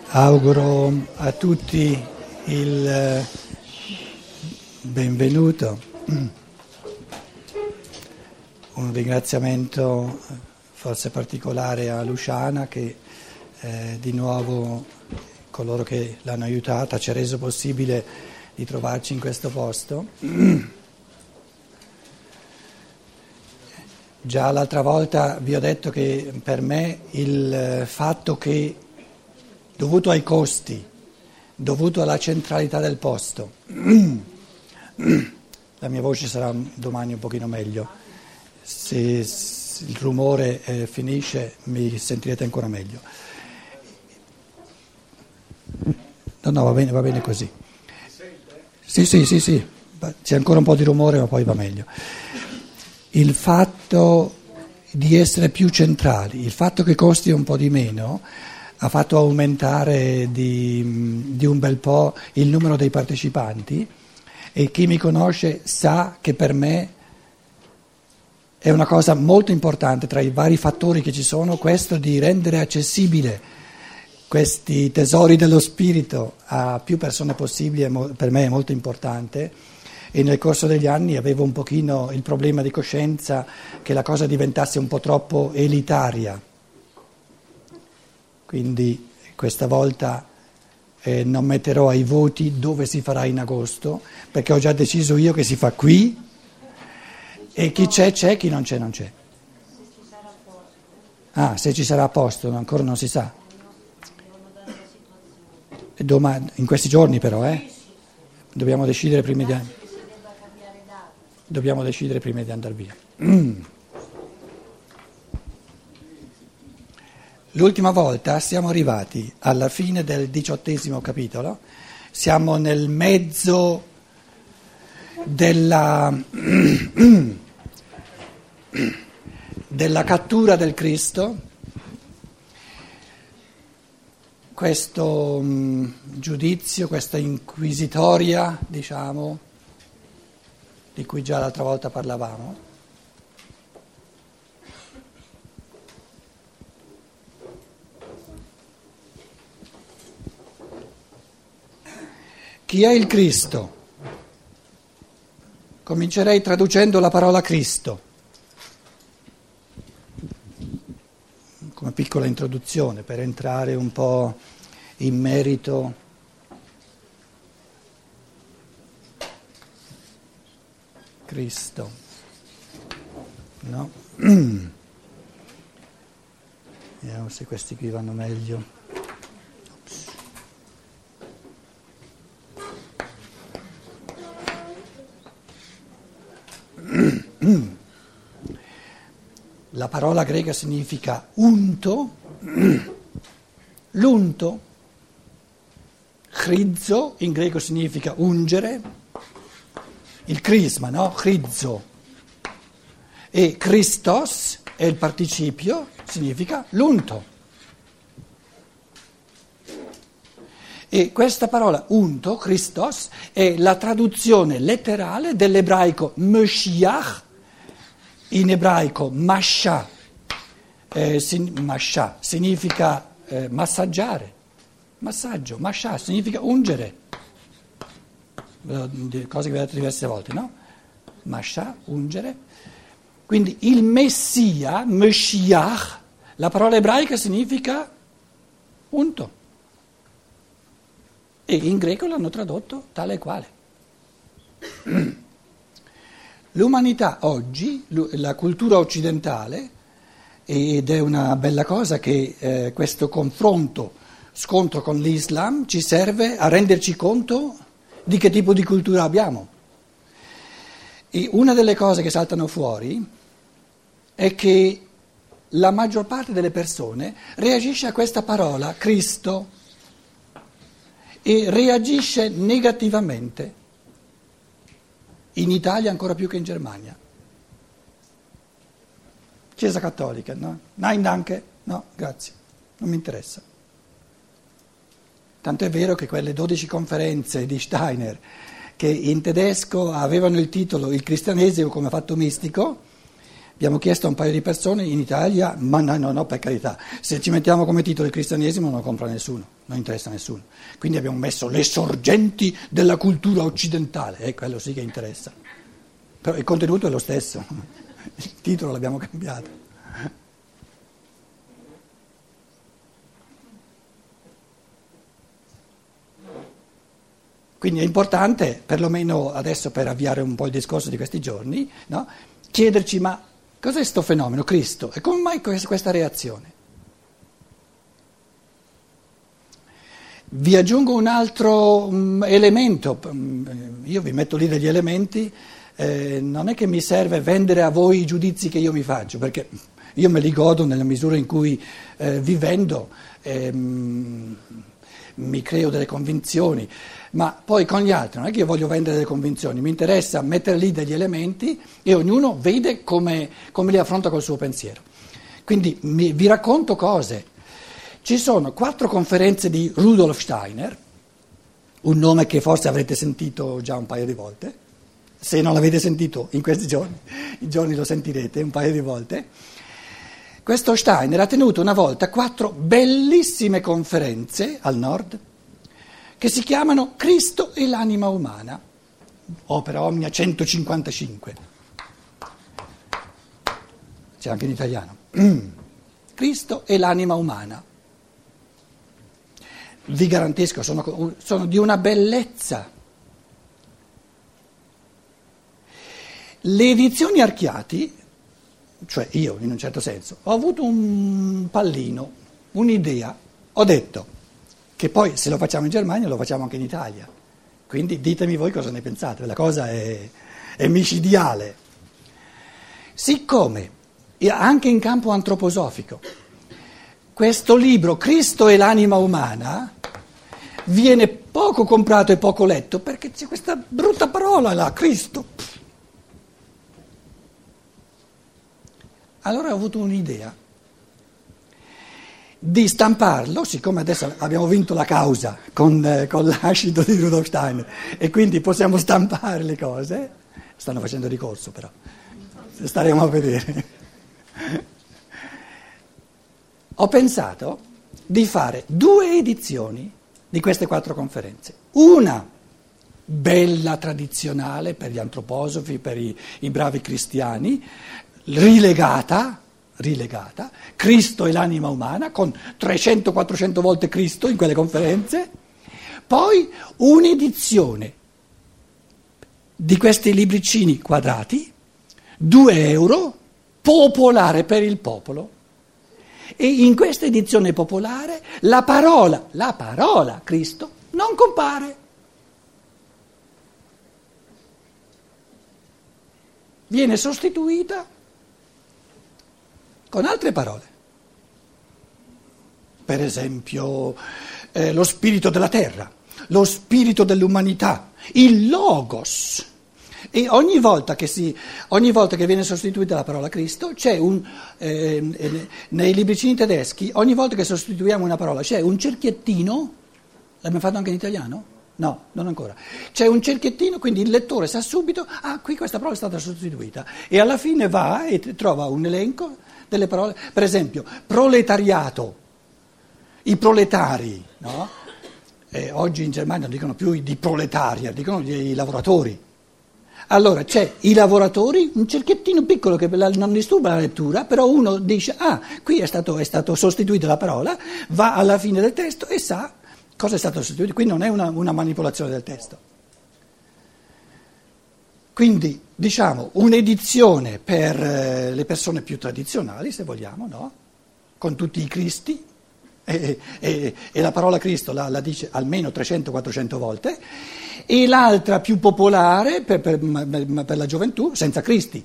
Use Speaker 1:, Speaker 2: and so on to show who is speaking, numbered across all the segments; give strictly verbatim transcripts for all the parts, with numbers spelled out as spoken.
Speaker 1: Auguro a tutti il benvenuto, un ringraziamento forse particolare a Luciana che eh, di nuovo coloro che l'hanno aiutata ci ha reso possibile di trovarci in questo posto. Già l'altra volta vi ho detto che per me il fatto che, dovuto ai costi, dovuto alla centralità del posto, la mia voce sarà domani un pochino meglio, se, se il rumore eh, finisce mi sentirete ancora meglio. No, no, va bene, va bene così. Sì, sì, sì, sì, c'è ancora un po' di rumore ma poi va meglio. Il fatto di essere più centrali, il fatto che costi un po' di meno, ha fatto aumentare di, di un bel po' il numero dei partecipanti e chi mi conosce sa che per me è una cosa molto importante tra i vari fattori che ci sono, questo di rendere accessibile questi tesori dello spirito a più persone possibili, per me è molto importante. E nel corso degli anni avevo un pochino il problema di coscienza che la cosa diventasse un po' troppo elitaria. Quindi questa volta eh, non metterò ai voti dove si farà in agosto, perché ho già deciso io che si fa qui e chi c'è c'è, chi non c'è non c'è. Ah, se ci sarà a posto, ancora non si sa. Domani, in questi giorni però, eh? Dobbiamo decidere prima di... Dobbiamo decidere prima di andare via. L'ultima volta siamo arrivati alla fine del diciottesimo capitolo, siamo nel mezzo della, della cattura del Cristo, questo um, giudizio, questa inquisitoria, diciamo, di cui già l'altra volta parlavamo. Chi è il Cristo? Comincerei traducendo la parola Cristo, come piccola introduzione per entrare un po' in merito. Cristo, no? Vediamo se questi qui vanno meglio. La parola greca significa unto, l'unto, chrizzo in greco significa ungere. Il crisma, no? Chrizzo. E Christos è il participio, significa l'unto. E questa parola unto, Christos, è la traduzione letterale dell'ebraico Mashiach, in ebraico Masha, eh, sin, Masha significa eh, massaggiare, massaggio, Masha significa ungere. Cose che vi ho detto diverse volte, no? Masha, ungere. Quindi il Messia, Mashiach, la parola ebraica significa unto. E in greco l'hanno tradotto tale e quale. L'umanità oggi, la cultura occidentale, ed è una bella cosa che eh, questo confronto, scontro con l'Islam ci serve a renderci conto di che tipo di cultura abbiamo. E una delle cose che saltano fuori è che la maggior parte delle persone reagisce a questa parola, Cristo, e reagisce negativamente, in Italia ancora più che in Germania. Chiesa cattolica, no? Nein danke, no, grazie, non mi interessa. Tanto è vero che quelle dodici conferenze di Steiner che in tedesco avevano il titolo Il cristianesimo come fatto mistico, abbiamo chiesto a un paio di persone in Italia, ma no, no, no, per carità, se ci mettiamo come titolo il cristianesimo non lo compra nessuno. non interessa a nessuno. Quindi abbiamo messo le sorgenti della cultura occidentale, e quello sì che interessa. Però il contenuto è lo stesso, il titolo l'abbiamo cambiato. Quindi è importante, perlomeno adesso per avviare un po' il discorso di questi giorni, no? Chiederci ma cos'è questo fenomeno, Cristo, e come mai questa reazione? Vi aggiungo un altro um, elemento, io vi metto lì degli elementi, eh, non è che mi serve vendere a voi i giudizi che io mi faccio, perché io me li godo nella misura in cui eh, vivendo ehm, mi creo delle convinzioni, ma poi con gli altri non è che io voglio vendere delle convinzioni, mi interessa mettere lì degli elementi e ognuno vede come, come li affronta col suo pensiero. Quindi mi, vi racconto cose. Ci sono quattro conferenze di Rudolf Steiner, un nome che forse avrete sentito già un paio di volte, se non l'avete sentito in questi giorni, i giorni lo sentirete un paio di volte. Questo Steiner ha tenuto una volta quattro bellissime conferenze al nord che si chiamano Cristo e l'anima umana, opera Omnia centocinquantacinque, c'è anche in italiano, Cristo e l'anima umana. Vi garantisco, sono, sono di una bellezza. Le edizioni Archiati, cioè io in un certo senso, ho avuto un pallino, un'idea, ho detto che poi se lo facciamo in Germania lo facciamo anche in Italia, quindi ditemi voi cosa ne pensate, la cosa è, è micidiale. Siccome anche in campo antroposofico questo libro Cristo e l'anima umana viene poco comprato e poco letto perché c'è questa brutta parola là, Cristo. Allora ho avuto un'idea di stamparlo, siccome adesso abbiamo vinto la causa con, eh, con l'ascito di Rudolf Steiner e quindi possiamo stampare le cose, stanno facendo ricorso però, staremo a vedere. Ho pensato di fare due edizioni di queste quattro conferenze, una bella tradizionale per gli antroposofi, per i, i bravi cristiani, rilegata, rilegata, Cristo e l'anima umana, con trecento quattrocento volte Cristo in quelle conferenze, poi un'edizione di questi libricini quadrati, due euro, popolare per il popolo. E in questa edizione popolare la parola, la parola Cristo non compare. Viene sostituita con altre parole. Per esempio eh, lo spirito della terra, lo spirito dell'umanità, il logos. E ogni volta che, si, ogni volta che viene sostituita la parola Cristo, c'è un, eh, nei libricini tedeschi, ogni volta che sostituiamo una parola c'è un cerchiettino, l'abbiamo fatto anche in italiano? No, non ancora. C'è un cerchiettino, quindi il lettore sa subito, ah, qui questa parola è stata sostituita. E alla fine va e trova un elenco delle parole, per esempio, proletariato, i proletari, no? Eh, oggi in Germania non dicono più di proletaria, dicono i lavoratori. Allora c'è i lavoratori, un cerchiettino piccolo che non disturba la lettura, però uno dice, ah, qui è stato, è stato sostituita la parola, va alla fine del testo e sa cosa è stato sostituito, quindi non è una, una manipolazione del testo. Quindi, diciamo, un'edizione per eh, le persone più tradizionali, se vogliamo, no? Con tutti i Cristi, e, e, e la parola Cristo la, la dice almeno trecento quattrocento volte, e l'altra più popolare per, per, per la gioventù, senza Cristi.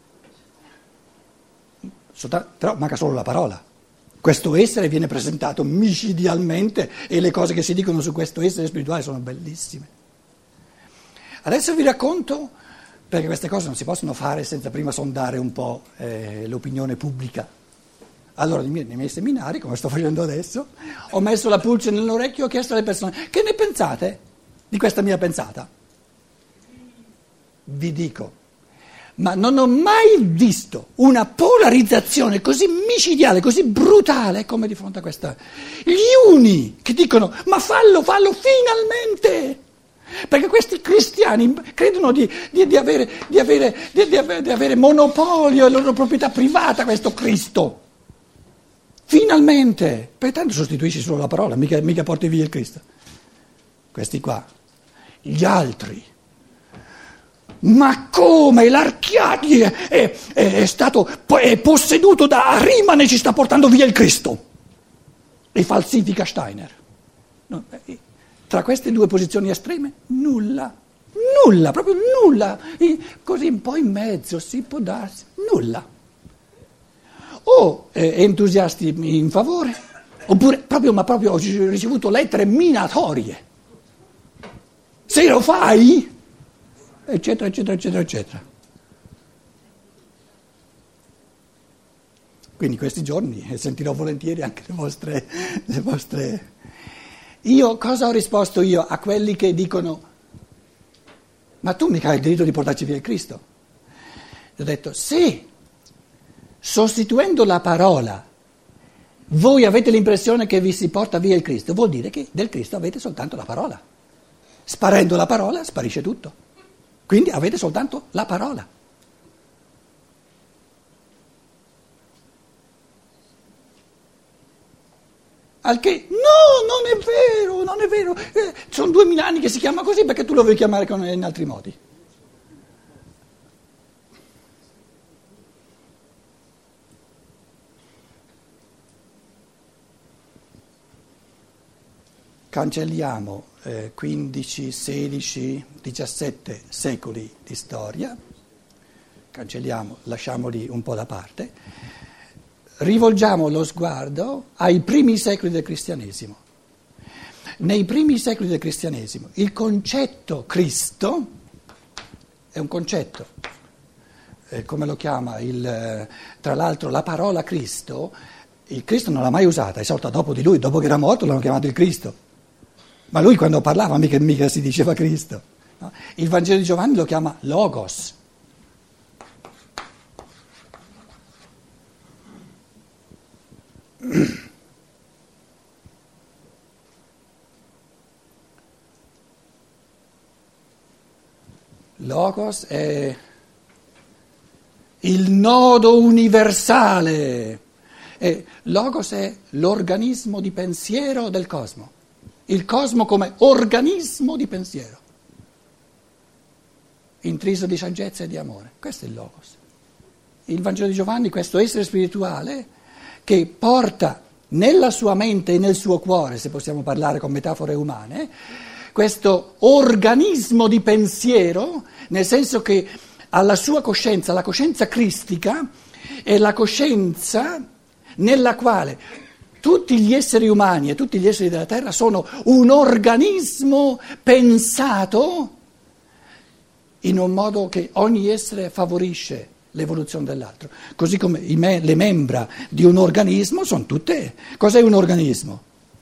Speaker 1: Però manca solo la parola. Questo essere viene presentato micidialmente e le cose che si dicono su questo essere spirituale sono bellissime. Adesso vi racconto, perché queste cose non si possono fare senza prima sondare un po' eh, l'opinione pubblica. Allora nei miei, nei miei seminari, come sto facendo adesso, ho messo la pulce nell'orecchio e ho chiesto alle persone, che ne pensate di questa mia pensata? Vi dico, Ma non ho mai visto una polarizzazione così micidiale, così brutale come di fronte a questa. Gli uni che dicono ma fallo, fallo finalmente! Perché questi cristiani credono di, di, di, avere, di, avere, di, di, avere, di avere monopolio e loro proprietà privata questo Cristo. Finalmente! Per tanto sostituisci solo la parola, mica, mica porti via il Cristo. Questi qua, gli altri. Ma come l'Archiadi è, è, è stato è posseduto da Arimane e ci sta portando via il Cristo e falsifica Steiner. No, tra queste due posizioni estreme nulla, nulla, proprio nulla, e così un po' in mezzo si può darsi, nulla. O eh, entusiasti in favore, oppure proprio, ma proprio ho ricevuto lettere minatorie. Se lo fai... eccetera, eccetera, eccetera, eccetera. Quindi questi giorni sentirò volentieri anche le vostre, le vostre... Io cosa ho risposto io a quelli che dicono ma tu mica hai il diritto di portarci via il Cristo? Ho detto sì, sostituendo la parola voi avete l'impressione che vi si porta via il Cristo, vuol dire che del Cristo avete soltanto la parola. Sparendo la parola sparisce tutto. Quindi avete soltanto la parola. Al che, no, non è vero, non è vero. Eh, sono duemila anni che si chiama così, perché tu lo vuoi chiamare con, in altri modi. Cancelliamo eh, quindici, sedici, diciassette secoli di storia, cancelliamo, lasciamoli un po' da parte, rivolgiamo lo sguardo ai primi secoli del cristianesimo. Nei primi secoli del cristianesimo il concetto Cristo è un concetto, eh, come lo chiama, il, eh, tra l'altro la parola Cristo, il Cristo non l'ha mai usata, è sorta dopo di lui, dopo che era morto l'hanno chiamato il Cristo. Ma lui quando parlava mica, mica si diceva Cristo. No? Il Vangelo di Giovanni lo chiama Logos. Logos è il nodo universale. E Logos è l'organismo di pensiero del cosmo. Il cosmo come organismo di pensiero, intriso di saggezza e di amore. Questo è il Logos. Il Vangelo di Giovanni, questo essere spirituale che porta nella sua mente e nel suo cuore, se possiamo parlare con metafore umane, questo organismo di pensiero, nel senso che alla sua coscienza, la coscienza cristica, è la coscienza nella quale tutti gli esseri umani e tutti gli esseri della terra sono un organismo pensato in un modo che ogni essere favorisce l'evoluzione dell'altro. Così come i me- le membra di un organismo sono tutte. Cos'è un organismo?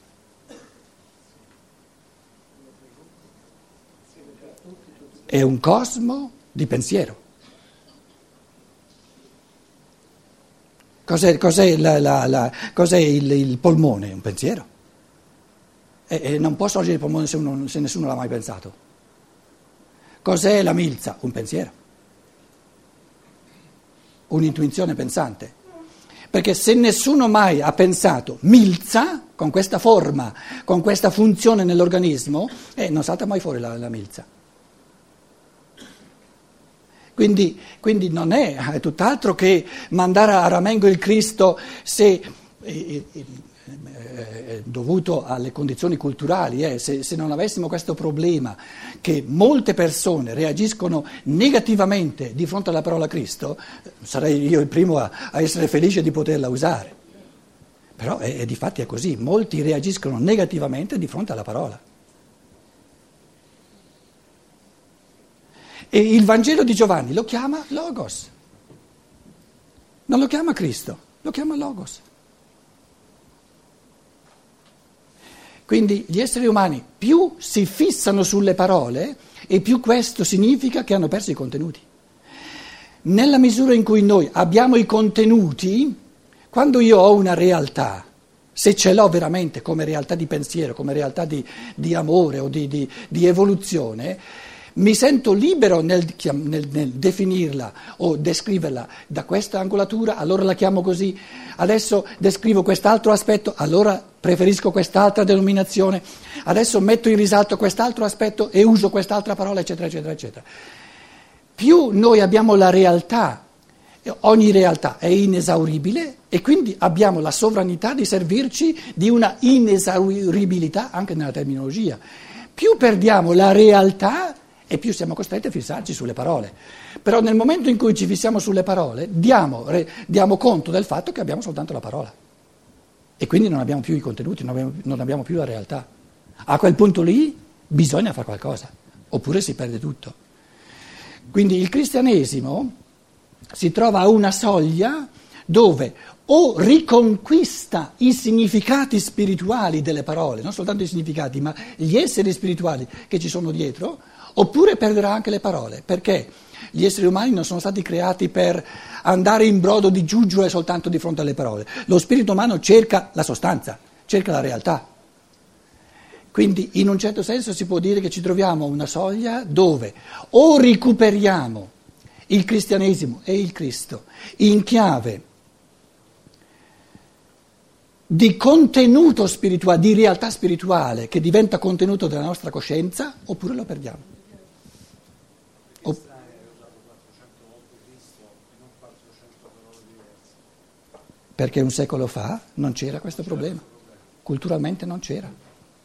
Speaker 1: È un cosmo di pensiero. Cos'è, cos'è, la, la, la, cos'è il, il polmone? Un pensiero. E, e non può sorgere il polmone se, uno, se nessuno l'ha mai pensato. Cos'è la milza? Un pensiero. Un'intuizione pensante. Perché se nessuno mai ha pensato milza, con questa forma, con questa funzione nell'organismo, eh, non salta mai fuori la, la milza. Quindi, quindi non è, è tutt'altro che mandare a ramengo il Cristo se, eh, eh, dovuto alle condizioni culturali, eh, se, se non avessimo questo problema che molte persone reagiscono negativamente di fronte alla parola Cristo, sarei io il primo a, a essere felice di poterla usare. Però è, è, difatti è così, molti reagiscono negativamente di fronte alla parola. E il Vangelo di Giovanni lo chiama Logos, non lo chiama Cristo, lo chiama Logos. Quindi gli esseri umani più si fissano sulle parole e più questo significa che hanno perso i contenuti. nella misura in cui noi abbiamo i contenuti, quando io ho una realtà, se ce l'ho veramente come realtà di pensiero, come realtà di, di amore o di, di, di evoluzione, mi sento libero nel, nel, nel definirla o descriverla da questa angolatura, allora la chiamo così, adesso descrivo quest'altro aspetto, allora preferisco quest'altra denominazione, adesso metto in risalto quest'altro aspetto e uso quest'altra parola, eccetera, eccetera, eccetera. Più noi abbiamo la realtà, ogni realtà è inesauribile e quindi abbiamo la sovranità di servirci di una inesauribilità anche nella terminologia. Più perdiamo la realtà e più siamo costretti a fissarci sulle parole. Però nel momento in cui ci fissiamo sulle parole diamo, re, diamo conto del fatto che abbiamo soltanto la parola e quindi non abbiamo più i contenuti, non abbiamo, non abbiamo più la realtà. A quel punto lì bisogna fare qualcosa, oppure si perde tutto. Quindi il cristianesimo si trova a una soglia dove o riconquista i significati spirituali delle parole, non soltanto i significati, ma gli esseri spirituali che ci sono dietro, oppure perderà anche le parole, perché gli esseri umani non sono stati creati per andare in brodo di giuggiole soltanto di fronte alle parole. Lo spirito umano cerca la sostanza, cerca la realtà. Quindi in un certo senso si può dire che ci troviamo a una soglia dove o recuperiamo il cristianesimo e il Cristo in chiave di contenuto spirituale, di realtà spirituale che diventa contenuto della nostra coscienza, oppure lo perdiamo. O... Perché un secolo fa non c'era questo problema, culturalmente non c'era.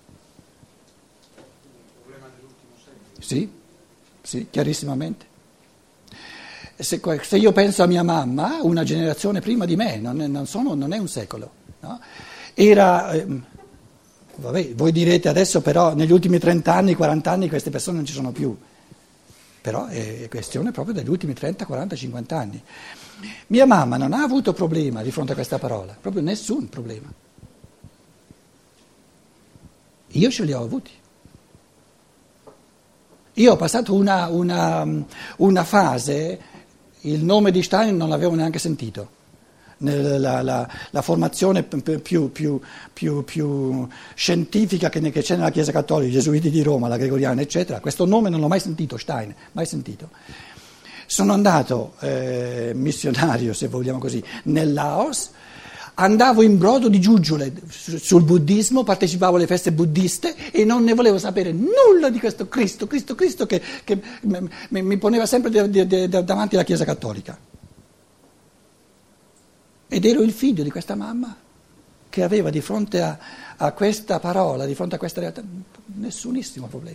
Speaker 1: Sì, sì, chiarissimamente. Se, se io penso a mia mamma, una generazione prima di me, non è, non sono, non è un secolo, no? Era, eh, vabbè, voi direte adesso però negli ultimi trenta anni, quaranta anni queste persone non ci sono più, però è questione proprio degli ultimi trenta, quaranta, cinquanta anni. Mia mamma non ha avuto problema di fronte a questa parola, proprio nessun problema. Io ce li ho avuti. Io ho passato una, una, una fase, il nome di Steiner non l'avevo neanche sentito, la, la, la formazione più, più, più, più scientifica che c'è nella Chiesa Cattolica, i Gesuiti di Roma, la Gregoriana, eccetera, questo nome non l'ho mai sentito, Steiner, mai sentito. Sono andato eh, missionario, se vogliamo così, nel Laos. Andavo in brodo di giuggiole sul buddismo, partecipavo alle feste buddiste e non ne volevo sapere nulla di questo Cristo, Cristo, Cristo che, che mi, mi poneva sempre di, di, di, davanti alla Chiesa Cattolica. Ed ero il figlio di questa mamma che aveva di fronte a, a questa parola, di fronte a questa realtà, nessunissimo problema.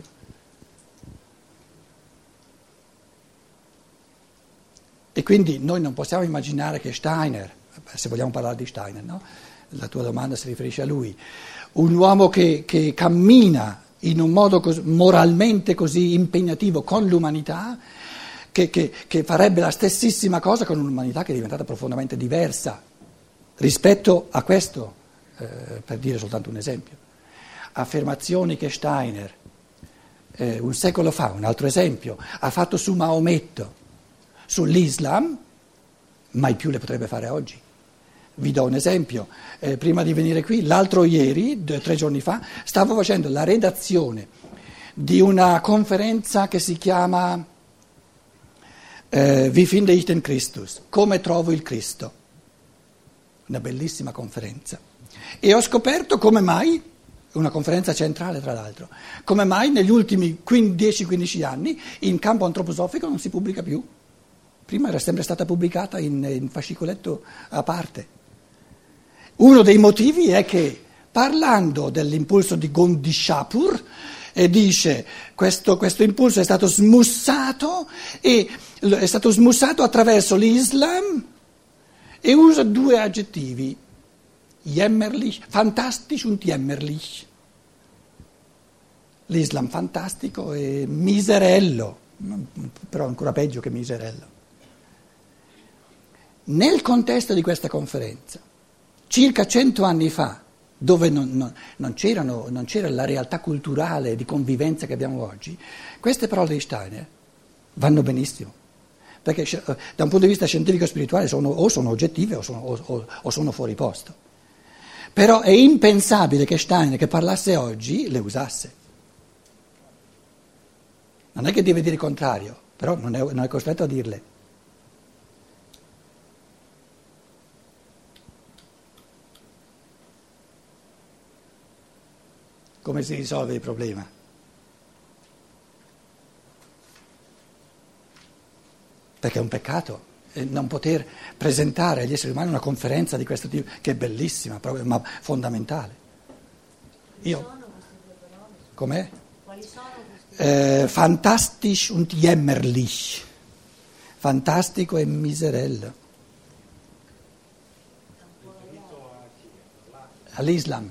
Speaker 1: E quindi noi non possiamo immaginare che Steiner, se vogliamo parlare di Steiner, no? La tua domanda si riferisce a lui, un uomo che, che cammina in un modo cos- moralmente così impegnativo con l'umanità, che, che, che farebbe la stessissima cosa con un'umanità che è diventata profondamente diversa rispetto a questo, eh, per dire soltanto un esempio. Affermazioni che Steiner, eh, un secolo fa, un altro esempio, ha fatto su Maometto, sull'Islam, mai più le potrebbe fare oggi. Vi do un esempio, eh, prima di venire qui, l'altro ieri, due, tre giorni fa, stavo facendo la redazione di una conferenza che si chiama eh, Wie finde ich den Christus? Come trovo il Cristo? Una bellissima conferenza. E ho scoperto come mai, una conferenza centrale tra l'altro, come mai negli ultimi dieci quindici anni in campo antroposofico non si pubblica più. Prima era sempre stata pubblicata in, in fascicoletto a parte. Uno dei motivi è che, parlando dell'impulso di Gondishapur, e dice questo, questo impulso è stato smussato e è stato smussato attraverso l'Islam e usa due aggettivi, jämmerlich, fantastisch und jämmerlich. L'Islam fantastico e miserello, però ancora peggio che miserello. Nel contesto di questa conferenza, circa cento anni fa, dove non, non, non, c'erano, non c'era la realtà culturale di convivenza che abbiamo oggi, queste parole di Steiner vanno benissimo, perché da un punto di vista scientifico-spirituale sono, o sono oggettive o sono, o, o sono fuori posto. Però è impensabile che Steiner, che parlasse oggi, le usasse. Non è che deve dire il contrario, però non è, non è costretto a dirle. Come si risolve il problema? Perché è un peccato non poter presentare agli esseri umani una conferenza di questo tipo, che è bellissima, proprio, ma fondamentale. Io, com'è? Eh, fantastisch und jämmerlich, fantastico e miserello. All'Islam.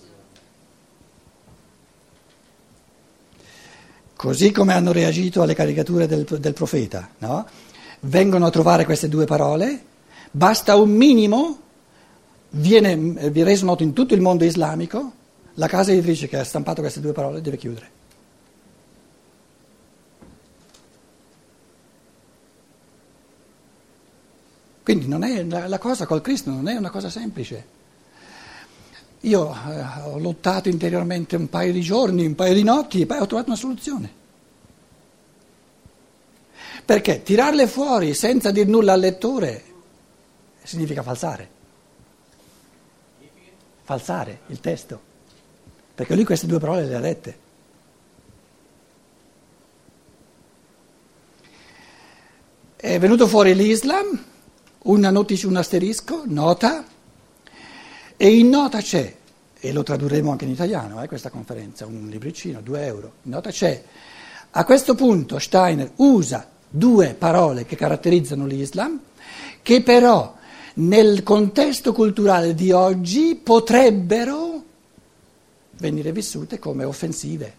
Speaker 1: Così come hanno reagito alle caricature del, del profeta, no? Vengono a trovare queste due parole, basta un minimo, viene, viene reso noto in tutto il mondo islamico, la casa editrice che ha stampato queste due parole deve chiudere. Quindi non è, la, la cosa col Cristo non è una cosa semplice. Io eh, ho lottato interiormente un paio di giorni, un paio di notti e poi ho trovato una soluzione. Perché tirarle fuori senza dir nulla al lettore significa falsare. Falsare il testo. Perché lui queste due parole le ha dette. È venuto fuori l'Islam, una noticia, un asterisco, nota. E in nota c'è, e lo tradurremo anche in italiano, eh, questa conferenza, un libricino, due euro, in nota c'è, a questo punto Steiner usa due parole che caratterizzano l'Islam, che però nel contesto culturale di oggi potrebbero venire vissute come offensive.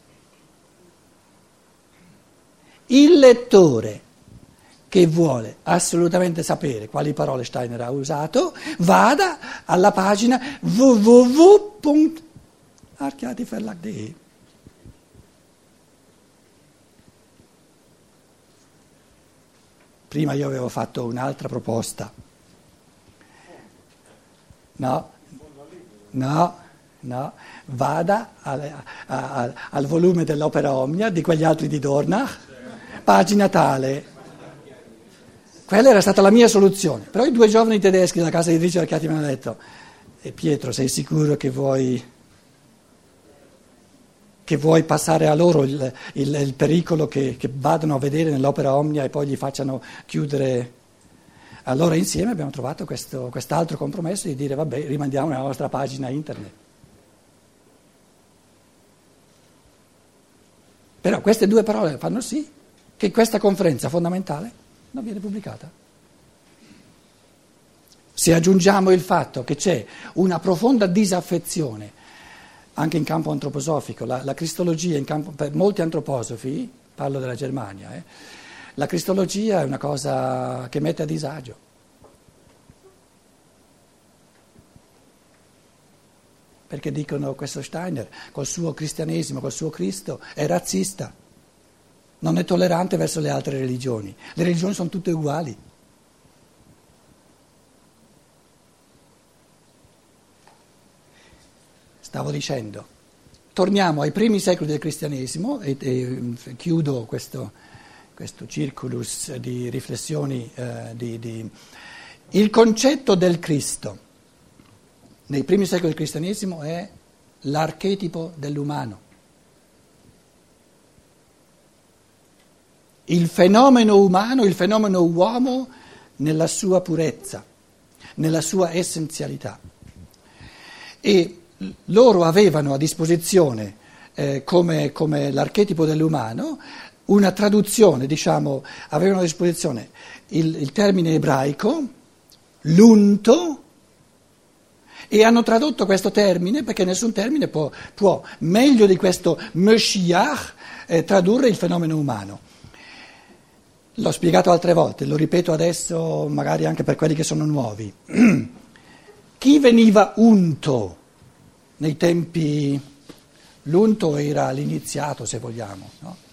Speaker 1: Il lettore che vuole assolutamente sapere quali parole Steiner ha usato, vada alla pagina w w w punto archiativerlag punto d e. Prima io avevo fatto un'altra proposta. No, no, no, vada al, al, al volume dell'Opera Omnia di quegli altri di Dornach, pagina tale. Quella era stata la mia soluzione, però i due giovani tedeschi della casa editrice Archiati mi hanno detto: e Pietro, sei sicuro che vuoi, che vuoi passare a loro il, il, il pericolo che, che vadano a vedere nell'Opera Omnia e poi gli facciano chiudere? Allora insieme abbiamo trovato questo, quest'altro compromesso di dire: vabbè, rimandiamo la nostra pagina internet. Però queste due parole fanno sì che questa conferenza fondamentale non viene pubblicata. Se aggiungiamo il fatto che c'è una profonda disaffezione anche in campo antroposofico, la, la cristologia in campo, per molti antroposofi, parlo della Germania, eh, la cristologia è una cosa che mette a disagio. Perché dicono: questo Steiner col suo cristianesimo, col suo Cristo è razzista. Non è tollerante verso le altre religioni. Le religioni sono tutte uguali. Stavo dicendo, torniamo ai primi secoli del cristianesimo e, e chiudo questo, questo circulus di riflessioni. Eh, di, di... Il concetto del Cristo nei primi secoli del cristianesimo è l'archetipo dell'umano. Il fenomeno umano, il fenomeno uomo nella sua purezza, nella sua essenzialità. E loro avevano a disposizione, eh, come, come l'archetipo dell'umano, una traduzione, diciamo, avevano a disposizione il, il termine ebraico, l'unto, e hanno tradotto questo termine perché nessun termine può, può meglio di questo Meshiach, eh, tradurre il fenomeno umano. L'ho spiegato altre volte, lo ripeto adesso magari anche per quelli che sono nuovi. Chi veniva unto nei tempi, l'unto era l'iniziato se vogliamo, no?